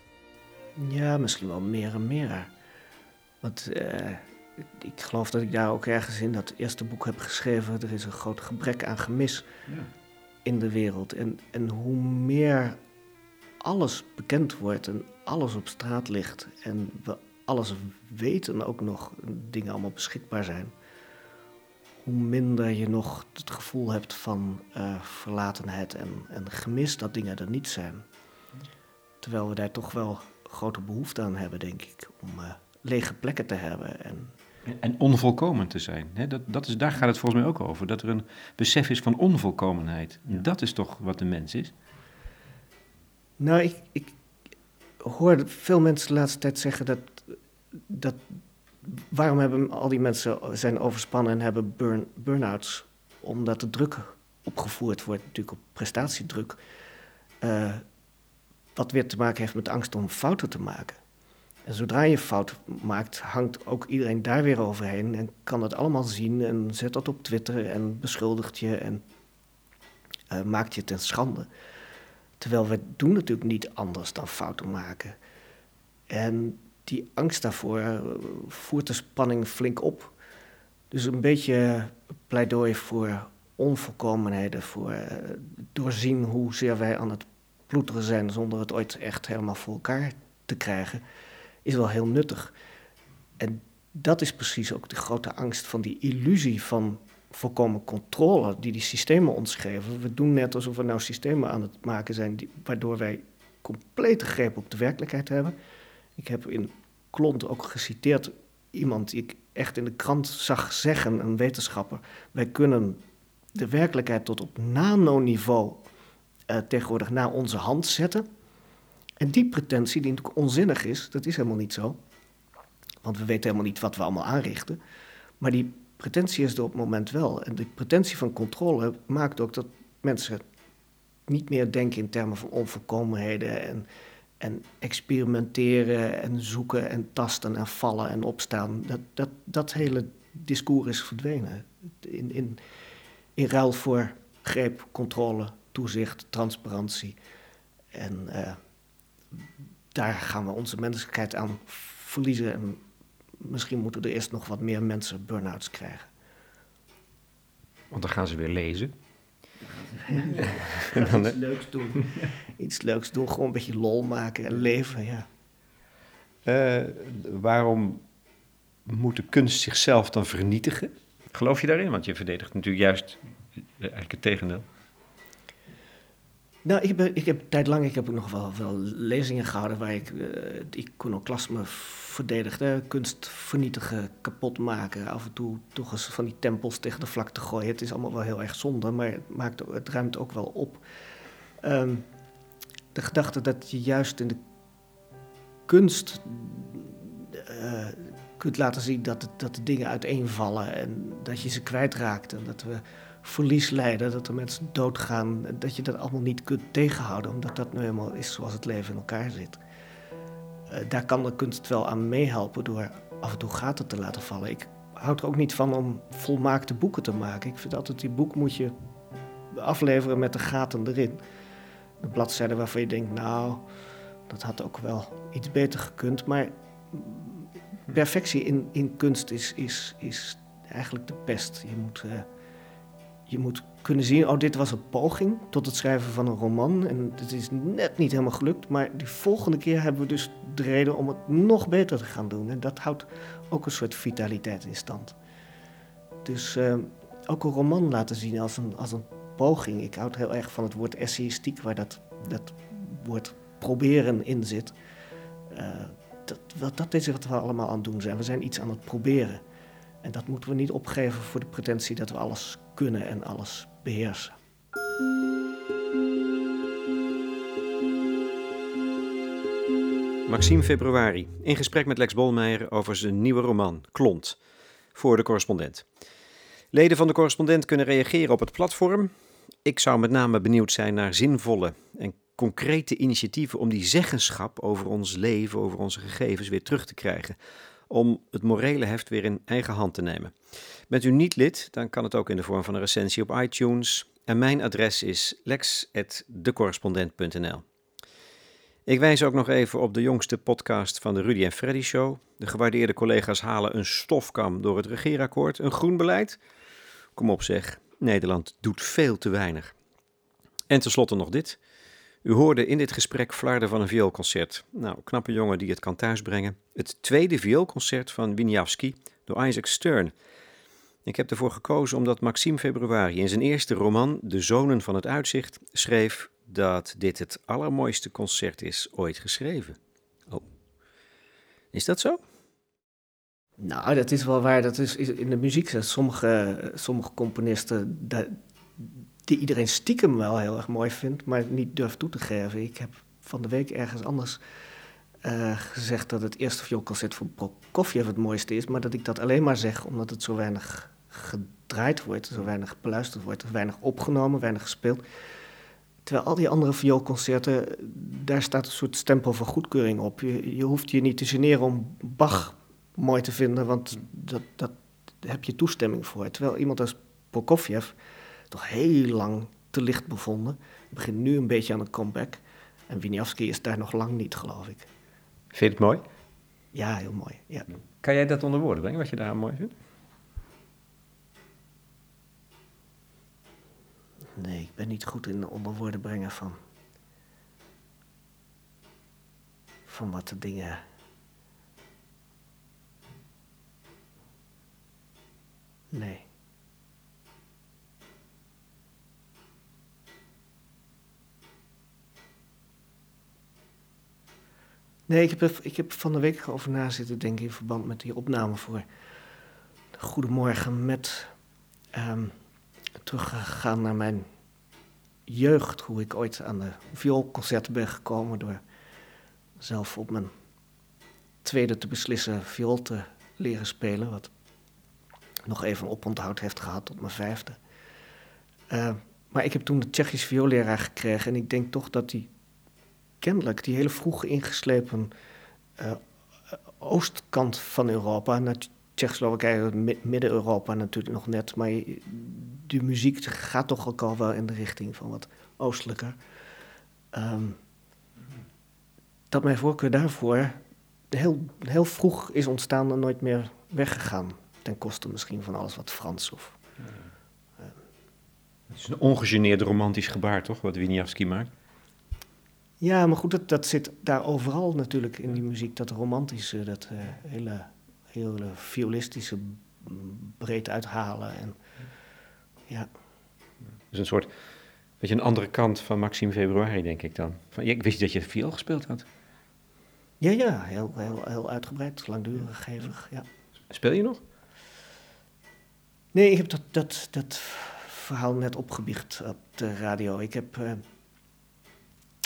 Ja, misschien wel meer en meer. Want uh, ik geloof dat ik daar ook ergens in dat eerste boek heb geschreven. Er is een groot gebrek aan gemis ja. in de wereld. En, en hoe meer alles bekend wordt en alles op straat ligt en we alles weten ook nog, dingen allemaal beschikbaar zijn, hoe minder je nog het gevoel hebt van uh, verlatenheid en, en gemis dat dingen er niet zijn. Terwijl we daar toch wel grote behoefte aan hebben, denk ik, om uh, lege plekken te hebben. En, en onvolkomen te zijn. Hè? Dat, dat is, daar gaat het volgens mij ook over. Dat er een besef is van onvolkomenheid. Ja. Dat is toch wat de mens is? Nou, ik, ik hoor veel mensen de laatste tijd zeggen dat, dat... Waarom hebben al die mensen zijn overspannen en hebben burn, burn-outs? Omdat de druk opgevoerd wordt, natuurlijk op prestatiedruk. Uh, wat weer te maken heeft met de angst om fouten te maken. En zodra je fouten maakt, hangt ook iedereen daar weer overheen en kan het allemaal zien en zet dat op Twitter en beschuldigt je en uh, maakt je ten schande. Terwijl we doen natuurlijk niet anders dan fouten maken. En die angst daarvoor uh, voert de spanning flink op. Dus een beetje pleidooi voor onvolkomenheden, voor uh, doorzien hoezeer wij aan het ploeteren zijn zonder het ooit echt helemaal voor elkaar te krijgen, is wel heel nuttig. En dat is precies ook de grote angst van die illusie van volkomen controle die die systemen ons geven. We doen net alsof we nou systemen aan het maken zijn die, waardoor wij complete greep op de werkelijkheid hebben. Ik heb in Klont ook geciteerd iemand die ik echt in de krant zag zeggen, een wetenschapper. Wij kunnen de werkelijkheid tot op nanoniveau uh, tegenwoordig naar onze hand zetten. En die pretentie, die natuurlijk onzinnig is, dat is helemaal niet zo. Want we weten helemaal niet wat we allemaal aanrichten. Maar die pretentie is er op het moment wel. En die pretentie van controle maakt ook dat mensen niet meer denken in termen van onvolkomenheden en, en experimenteren en zoeken en tasten en vallen en opstaan. Dat, dat, dat hele discours is verdwenen. In, in, in ruil voor greep, controle, toezicht, transparantie. En uh, daar gaan we onze menselijkheid aan verliezen. En misschien moeten er eerst nog wat meer mensen burn-outs krijgen. Want dan gaan ze weer lezen. Ja, en dan, iets leuks doen. Iets leuks doen, gewoon een beetje lol maken en leven, ja. Uh, waarom moet de kunst zichzelf dan vernietigen? Geloof je daarin? Want je verdedigt natuurlijk juist eigenlijk het tegendeel. Nou, ik heb, ik heb tijdlang, ik heb ook nog wel, wel lezingen gehouden waar ik uh, het iconoclasme verdedigde. Kunst vernietigen, kapot maken, af en toe toch eens van die tempels tegen de vlakte gooien. Het is allemaal wel heel erg zonde, maar het, maakt, het ruimt ook wel op. Um, de gedachte dat je juist in de kunst uh, kunt laten zien dat, het, dat de dingen uiteenvallen en dat je ze kwijtraakt en dat we verlies lijden, dat er mensen doodgaan, dat je dat allemaal niet kunt tegenhouden, omdat dat nu helemaal is zoals het leven in elkaar zit. Uh, daar kan de kunst wel aan meehelpen door af en toe gaten te laten vallen. Ik houd er ook niet van om volmaakte boeken te maken. Ik vind altijd, die boek moet je afleveren met de gaten erin. De bladzijden waarvan je denkt, nou, dat had ook wel iets beter gekund. Maar perfectie in, in kunst is, is, is eigenlijk de pest. Je moet, uh, je moet kunnen zien, oh, dit was een poging tot het schrijven van een roman. En het is net niet helemaal gelukt. Maar die volgende keer hebben we dus de reden om het nog beter te gaan doen. En dat houdt ook een soort vitaliteit in stand. Dus uh, ook een roman laten zien als een, als een poging. Ik houd heel erg van het woord essayistiek, waar dat, dat woord proberen in zit. Uh, dat, dat is wat we allemaal aan het doen zijn. We zijn iets aan het proberen. En dat moeten we niet opgeven voor de pretentie dat we alles kunnen en alles beheersen. Maxime Februari, in gesprek met Lex Bolmeijer over zijn nieuwe roman, Klont, voor De Correspondent. Leden van De Correspondent kunnen reageren op het platform. Ik zou met name benieuwd zijn naar zinvolle en concrete initiatieven om die zeggenschap over ons leven, over onze gegevens weer terug te krijgen. Om het morele heft weer in eigen hand te nemen. Bent u niet lid, dan kan het ook in de vorm van een recensie op iTunes. En mijn adres is lex at de correspondent punt n l. Ik wijs ook nog even op de jongste podcast van de Rudy en Freddy Show. De gewaardeerde collega's halen een stofkam door het regeerakkoord. Een groen beleid? Kom op zeg, Nederland doet veel te weinig. En tenslotte nog dit. U hoorde in dit gesprek flarden van een vioolconcert. Nou, knappe jongen die het kan thuisbrengen. Het tweede vioolconcert van Wieniawski door Isaac Stern. Ik heb ervoor gekozen omdat Maxime Februari in zijn eerste roman De Zonen van het Uitzicht schreef dat dit het allermooiste concert is ooit geschreven. Oh, is dat zo? Nou, dat is wel waar. Dat is in de muziek. Sommige, sommige componisten dat, die iedereen stiekem wel heel erg mooi vindt, maar niet durft toe te geven. Ik heb van de week ergens anders uh, gezegd dat het eerste vioolconcert van Prokofjev het mooiste is, maar dat ik dat alleen maar zeg omdat het zo weinig gedraaid wordt, zo weinig beluisterd wordt, zo weinig opgenomen, weinig gespeeld. Terwijl al die andere vioolconcerten, daar staat een soort stempel van goedkeuring op. Je, je hoeft je niet te generen om Bach mooi te vinden, want dat, dat heb je toestemming voor. Terwijl iemand als Prokofjev, toch heel lang te licht bevonden, begint nu een beetje aan een comeback. En Wieniawski is daar nog lang niet, geloof ik. Vind je het mooi? Ja, heel mooi. Ja. Kan jij dat onder woorden brengen, wat je daar mooi vindt? Nee, ik ben niet goed in onder woorden brengen van, van wat de dingen... Nee. Nee, ik heb, er, ik heb van de week over na zitten denken in verband met die opname voor Goedemorgen met... Um, teruggegaan naar mijn jeugd, hoe ik ooit aan de vioolconcerten ben gekomen door zelf op mijn tweede te beslissen viool te leren spelen, wat nog even een oponthoud heeft gehad tot mijn vijfde. Uh, maar ik heb toen de Tsjechische vioolleraar gekregen en ik denk toch dat die kennelijk die hele vroeg ingeslepen uh, oostkant van Europa, naar Tsjechoslowakije, Midden-Europa natuurlijk nog net, maar de muziek gaat toch ook al wel in de richting van wat oostelijker. Um, dat mijn voorkeur daarvoor heel, heel vroeg is ontstaan en nooit meer weggegaan. Ten koste misschien van alles wat Frans of... Uh, Het is een ongegeneerd romantisch gebaar, toch, wat Wieniawski maakt? Ja, maar goed, dat, dat zit daar overal natuurlijk in die muziek, dat romantische, dat uh, hele... hele violistische, breed uithalen. En, ja. Dus een soort, beetje een andere kant van Maxime Februari, denk ik dan. Van, ik wist dat je viool gespeeld had. Ja, ja, heel, heel, heel uitgebreid, langdurig, gevig, ja. Speel je nog? Nee, ik heb dat, dat, dat verhaal net opgebiecht op de radio. Ik heb uh,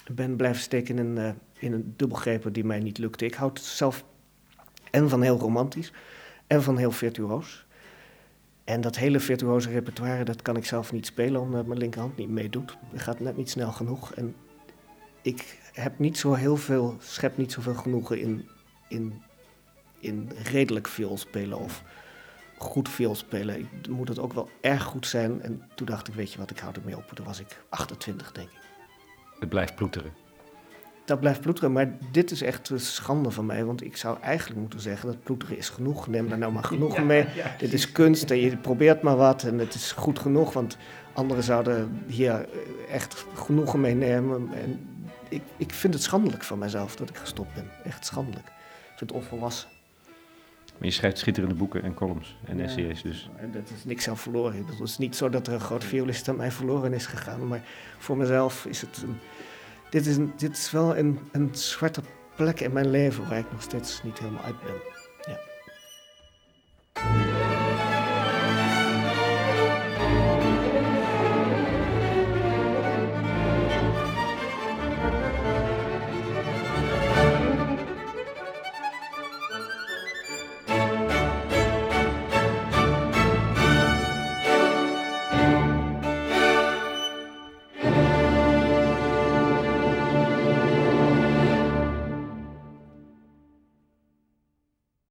ben blijven steken in, uh, in een dubbelgrepen die mij niet lukte. Ik houd zelf en van heel romantisch en van heel virtuoos. En dat hele virtuoze repertoire, dat kan ik zelf niet spelen omdat mijn linkerhand niet meedoet. Het gaat net niet snel genoeg. En ik heb niet zo heel veel, schep niet zoveel genoegen in, in, in redelijk viool spelen of goed viool spelen. Ik, moet het ook wel erg goed zijn. En toen dacht ik, weet je wat, ik houd ermee op. Toen was ik achtentwintig, denk ik. Het blijft ploeteren. Dat blijft ploeteren, maar dit is echt een schande van mij. Want ik zou eigenlijk moeten zeggen dat ploeteren is genoeg. Neem daar nou maar genoegen ja, mee. Ja, dit is kunst en je probeert maar wat en het is goed genoeg. Want anderen zouden hier echt genoegen mee nemen. En ik, ik vind het schandelijk van mijzelf dat ik gestopt ben. Echt schandelijk. Ik vind het onvolwassen. Maar je schrijft schitterende boeken en columns en ja, essays dus. En dat is niks aan verloren. Ik bedoel, het is niet zo dat er een groot violist aan mij verloren is gegaan. Maar voor mezelf is het... Een, dit, is een, dit is wel een, een zwarte plek in mijn leven waar ik nog steeds niet helemaal uit ben. Ja.